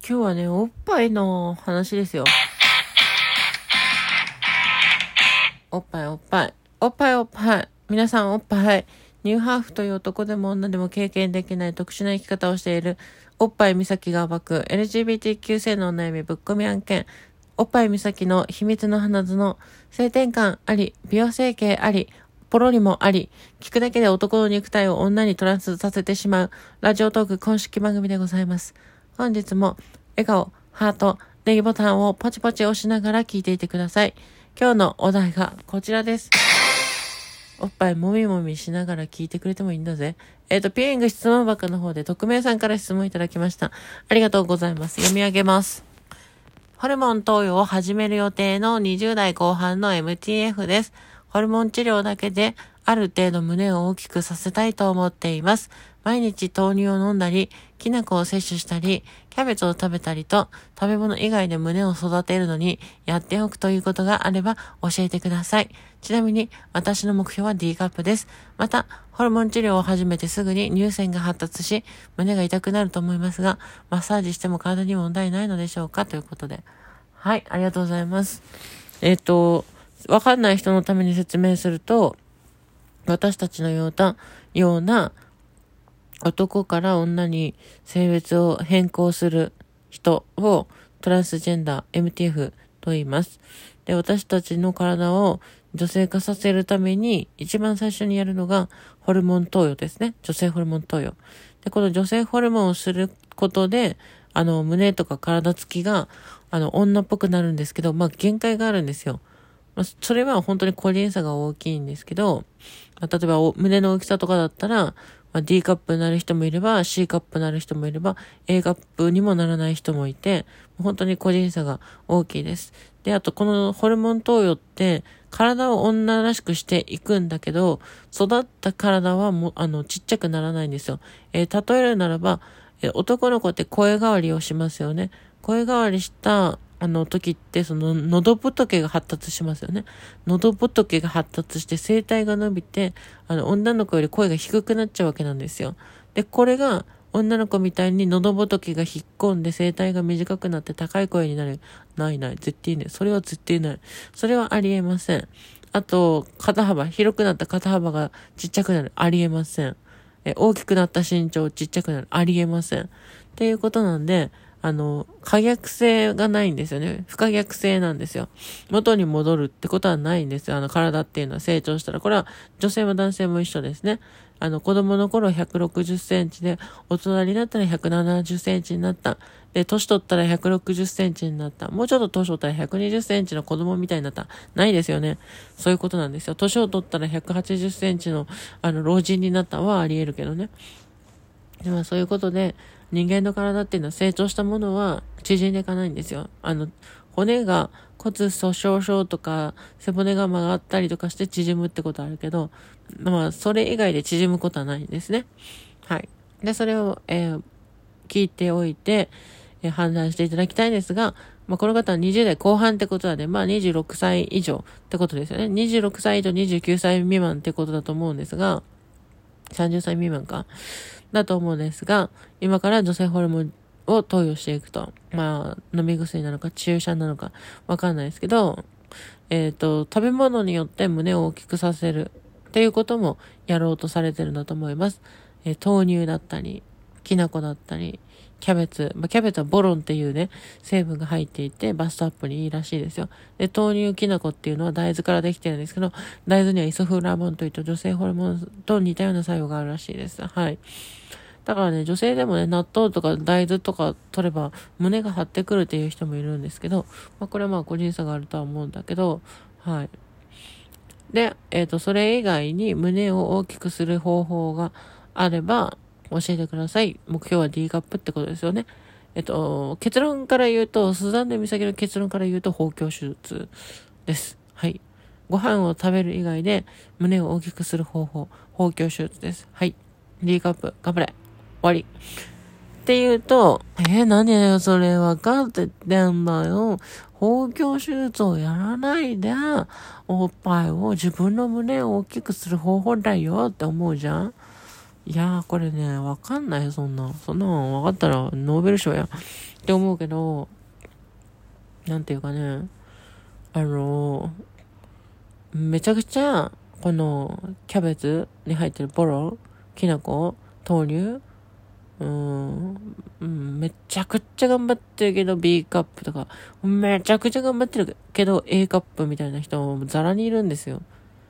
今日はね、おっぱいの話ですよ。おっぱいおっぱい。おっぱいおっぱい。皆さんおっぱい。ニューハーフという男でも女でも経験できない特殊な生き方をしているおっぱい美咲が暴く LGBTQ 性のお悩みぶっ込み案件。おっぱい美咲の秘密の花園。性転換あり、美容整形あり、ポロリもあり、聞くだけで男の肉体を女にトランスさせてしまうラジオトーク公式番組でございます。本日も笑顔、ハート、ネギボタンをポチポチ押しながら聞いていてください。今日のお題がこちらです。おっぱいもみもみしながら聞いてくれてもいいんだぜ。ピーイング質問箱の方で匿名さんから質問いただきました。ありがとうございます。読み上げます。ホルモン投与を始める予定の20代後半の MTF です。ホルモン治療だけである程度胸を大きくさせたいと思っています。毎日豆乳を飲んだり、きな粉を摂取したり、キャベツを食べたりと、食べ物以外で胸を育てるのにやっておくということがあれば教えてください。ちなみに私の目標は D カップです。また、ホルモン治療を始めてすぐに乳腺が発達し、胸が痛くなると思いますが、マッサージしても体に問題ないのでしょうかということで。はい、ありがとうございます。わかんない人のために説明すると、私たちのような男から女に性別を変更する人をトランスジェンダー MTF と言います。で、私たちの体を女性化させるために一番最初にやるのがホルモン投与ですね。女性ホルモン投与。で、この女性ホルモンをすることで、胸とか体つきが、女っぽくなるんですけど、限界があるんですよ。それは本当に個人差が大きいんですけど、例えば胸の大きさとかだったら、D カップになる人もいれば C カップになる人もいれば A カップにもならない人もいて、本当に個人差が大きいです。で、あとこのホルモン投与って体を女らしくしていくんだけど、育った体はちっちゃくならないんですよ。例えるならば、男の子って声変わりをしますよね。声変わりした時って、喉仏が発達しますよね。喉仏が発達して声帯が伸びて、女の子より声が低くなっちゃうわけなんですよ。で、これが、女の子みたいに喉仏が引っ込んで声帯が短くなって高い声になる。ない、絶対ない。それは絶対ない。それはありえません。あと、広くなった肩幅がちっちゃくなる。ありえません。大きくなった身長ちっちゃくなる。ありえません。っていうことなんで、可逆性がないんですよね。不可逆性なんですよ。元に戻るってことはないんですよ。体っていうのは成長したら。これは女性も男性も一緒ですね。子供の頃160センチで、大人になったら170センチになった。で、年取ったら160センチになった。もうちょっと年取ったら120センチの子供みたいになった。ないですよね。そういうことなんですよ。年を取ったら180センチの、老人になったはあり得るけどね。でもそういうことで、人間の体っていうのは成長したものは縮んでいかないんですよ。骨が骨粗鬆症とか背骨が曲がったりとかして縮むってことはあるけど、それ以外で縮むことはないんですね。はい。で、それを、聞いておいて、判断していただきたいんですが、この方は20代後半ってことなので、26歳以上ってことですよね。26歳以上29歳未満ってことだと思うんですが、30歳未満かだと思うんですが、今から女性ホルモンを投与していくと。飲み薬なのか注射なのかわかんないですけど、食べ物によって胸を大きくさせるっていうこともやろうとされてるんだと思います。豆乳だったり、きな粉だったり、キャベツ。キャベツはボロンっていうね、成分が入っていて、バストアップにいいらしいですよ。で、豆乳きな粉っていうのは大豆からできてるんですけど、大豆にはイソフラボンといった女性ホルモンと似たような作用があるらしいです。はい。だからね、女性でもね、納豆とか大豆とか取れば胸が張ってくるっていう人もいるんですけど、これは個人差があるとは思うんだけど、はい。で、それ以外に胸を大きくする方法があれば教えてください。目標は D カップってことですよね。結論から言うと、スザンヌ美咲の結論から言うと、包協手術です。はい。ご飯を食べる以外で胸を大きくする方法、包協手術です。はい。D カップ、頑張れ。終わり。って言うと、何よ、それ分かってってんだよ。包協手術をやらないで、おっぱいを自分の胸を大きくする方法だよって思うじゃん。いやー、これね、わかんないよ、そんなの分かったらノーベル賞や。 って思うけど、なんていうかね、めちゃくちゃ、この、キャベツに入ってるボロ、きな粉、豆乳、めちゃくちゃ頑張ってるけど B カップとか、めちゃくちゃ頑張ってるけど A カップみたいな人もザラにいるんですよ。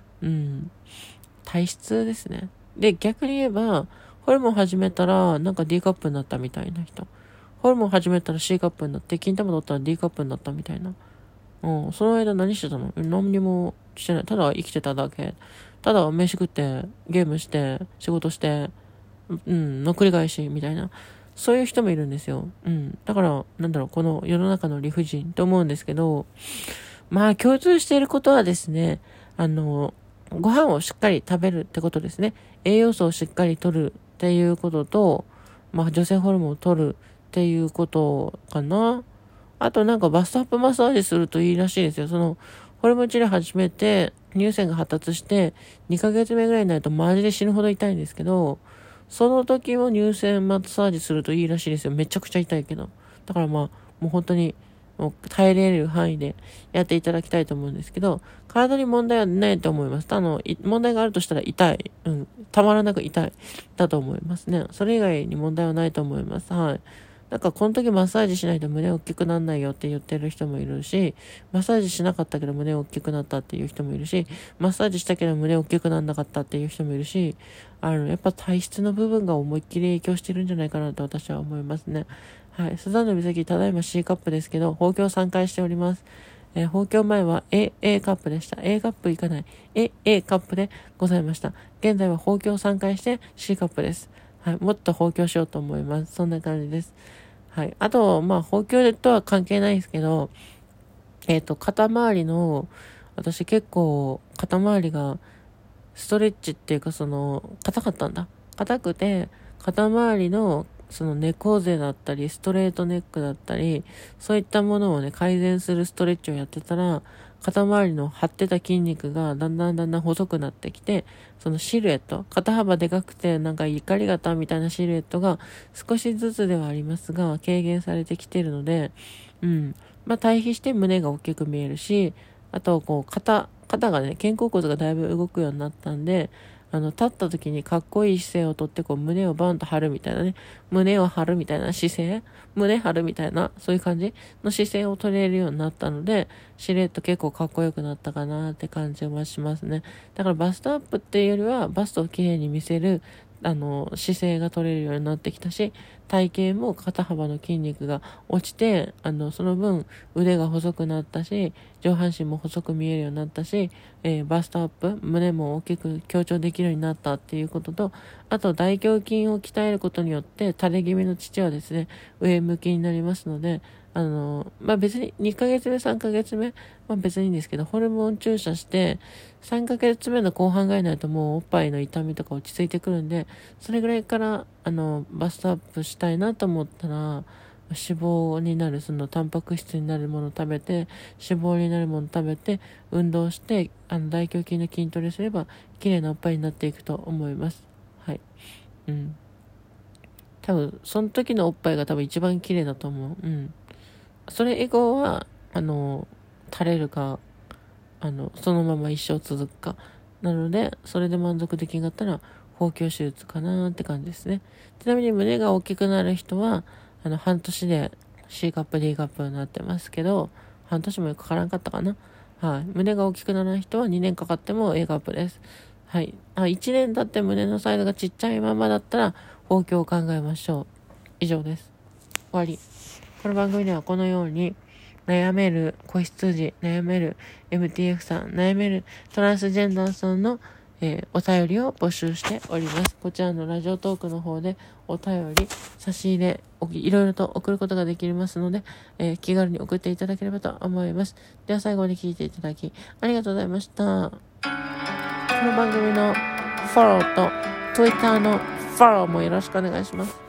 体質ですね。で、逆に言えば、ホルモン始めたら、なんか D カップになったみたいな人。ホルモン始めたら C カップになって、金玉取ったら D カップになったみたいな。その間何してたの？何にもしてない。ただ生きてただけ。ただ飯食って、ゲームして、仕事して、の繰り返し、みたいな。そういう人もいるんですよ。だから、この世の中の理不尽と思うんですけど、まあ、共通していることはですね、ご飯をしっかり食べるってことですね。栄養素をしっかり取るっていうことと、まあ、女性ホルモンを取るっていうことかな。あとバストアップマッサージするといいらしいですよ。ホルモン治療始めて、乳腺が発達して、2ヶ月目ぐらいになるとマジで死ぬほど痛いんですけど、その時も乳腺マッサージするといいらしいですよ。めちゃくちゃ痛いけど。だからもう本当に、もう耐えれる範囲でやっていただきたいと思うんですけど、体に問題はないと思います。問題があるとしたら痛い。たまらなく痛い。だと思いますね。それ以外に問題はないと思います。はい。この時マッサージしないと胸大きくならないよって言ってる人もいるし、マッサージしなかったけど胸大きくなったっていう人もいるし、マッサージしたけど胸大きくならなかったっていう人もいるし、やっぱ体質の部分が思いっきり影響してるんじゃないかなと私は思いますね。はい。スザンヌ美咲、ただいま C カップですけど、放狂3回しております。放狂前は A カップでした。A カップいかない。A カップでございました。現在は放狂3回して C カップです。はい。もっと放狂しようと思います。そんな感じです。はい。あと、放狂とは関係ないですけど、肩周りの、私結構、肩周りが、ストレッチっていうか硬かったんだ。硬くて、肩周りの、猫背だったり、ストレートネックだったり、そういったものをね、改善するストレッチをやってたら、肩周りの張ってた筋肉がだんだん細くなってきて、そのシルエット、肩幅でかくて怒り型みたいなシルエットが少しずつではありますが、軽減されてきているので、対比して胸が大きく見えるし、あと、肩がね、肩甲骨がだいぶ動くようになったんで、立った時にかっこいい姿勢をとって、胸をバンと張るみたいなね、胸を張るみたいな姿勢、胸張るみたいな、そういう感じの姿勢を取れるようになったので、シルエット結構かっこよくなったかなって感じはしますね。だからバストアップっていうよりは、バストを綺麗に見せる、姿勢が取れるようになってきたし、体型も肩幅の筋肉が落ちて、その分腕が細くなったし、上半身も細く見えるようになったし、バストアップ、胸も大きく強調できるようになったっていうことと、あと大胸筋を鍛えることによって垂れ気味の乳はですね、上向きになりますので、別に2ヶ月目、3ヶ月目、別にいいんですけど、ホルモン注射して、3ヶ月目の後半ぐらいになるともうおっぱいの痛みとか落ち着いてくるんで、それぐらいから、バストアップしたいなと思ったら、脂肪になる、タンパク質になるものを食べて、脂肪になるものを食べて、運動して、大胸筋の筋トレすれば、綺麗なおっぱいになっていくと思います。はい。多分、その時のおっぱいが多分一番綺麗だと思う。それ以後は、垂れるか、そのまま一生続くか。なので、それで満足できなかったら、放棄手術かなって感じですね。ちなみに胸が大きくなる人は、半年で C カップ、D カップになってますけど、半年もかからんかったかな。はい。胸が大きくならない人は2年かかっても A カップです。はい。1年経って胸のサイズがちっちゃいままだったら、放棄を考えましょう。以上です。終わり。この番組ではこのように、悩める子羊、悩める MTF さん、悩めるトランスジェンダーさんの、お便りを募集しております。こちらのラジオトークの方でお便り、差し入れ、いろいろと送ることができますので、気軽に送っていただければと思います。では最後に聞いていただきありがとうございました。この番組のフォローと Twitter のフォローもよろしくお願いします。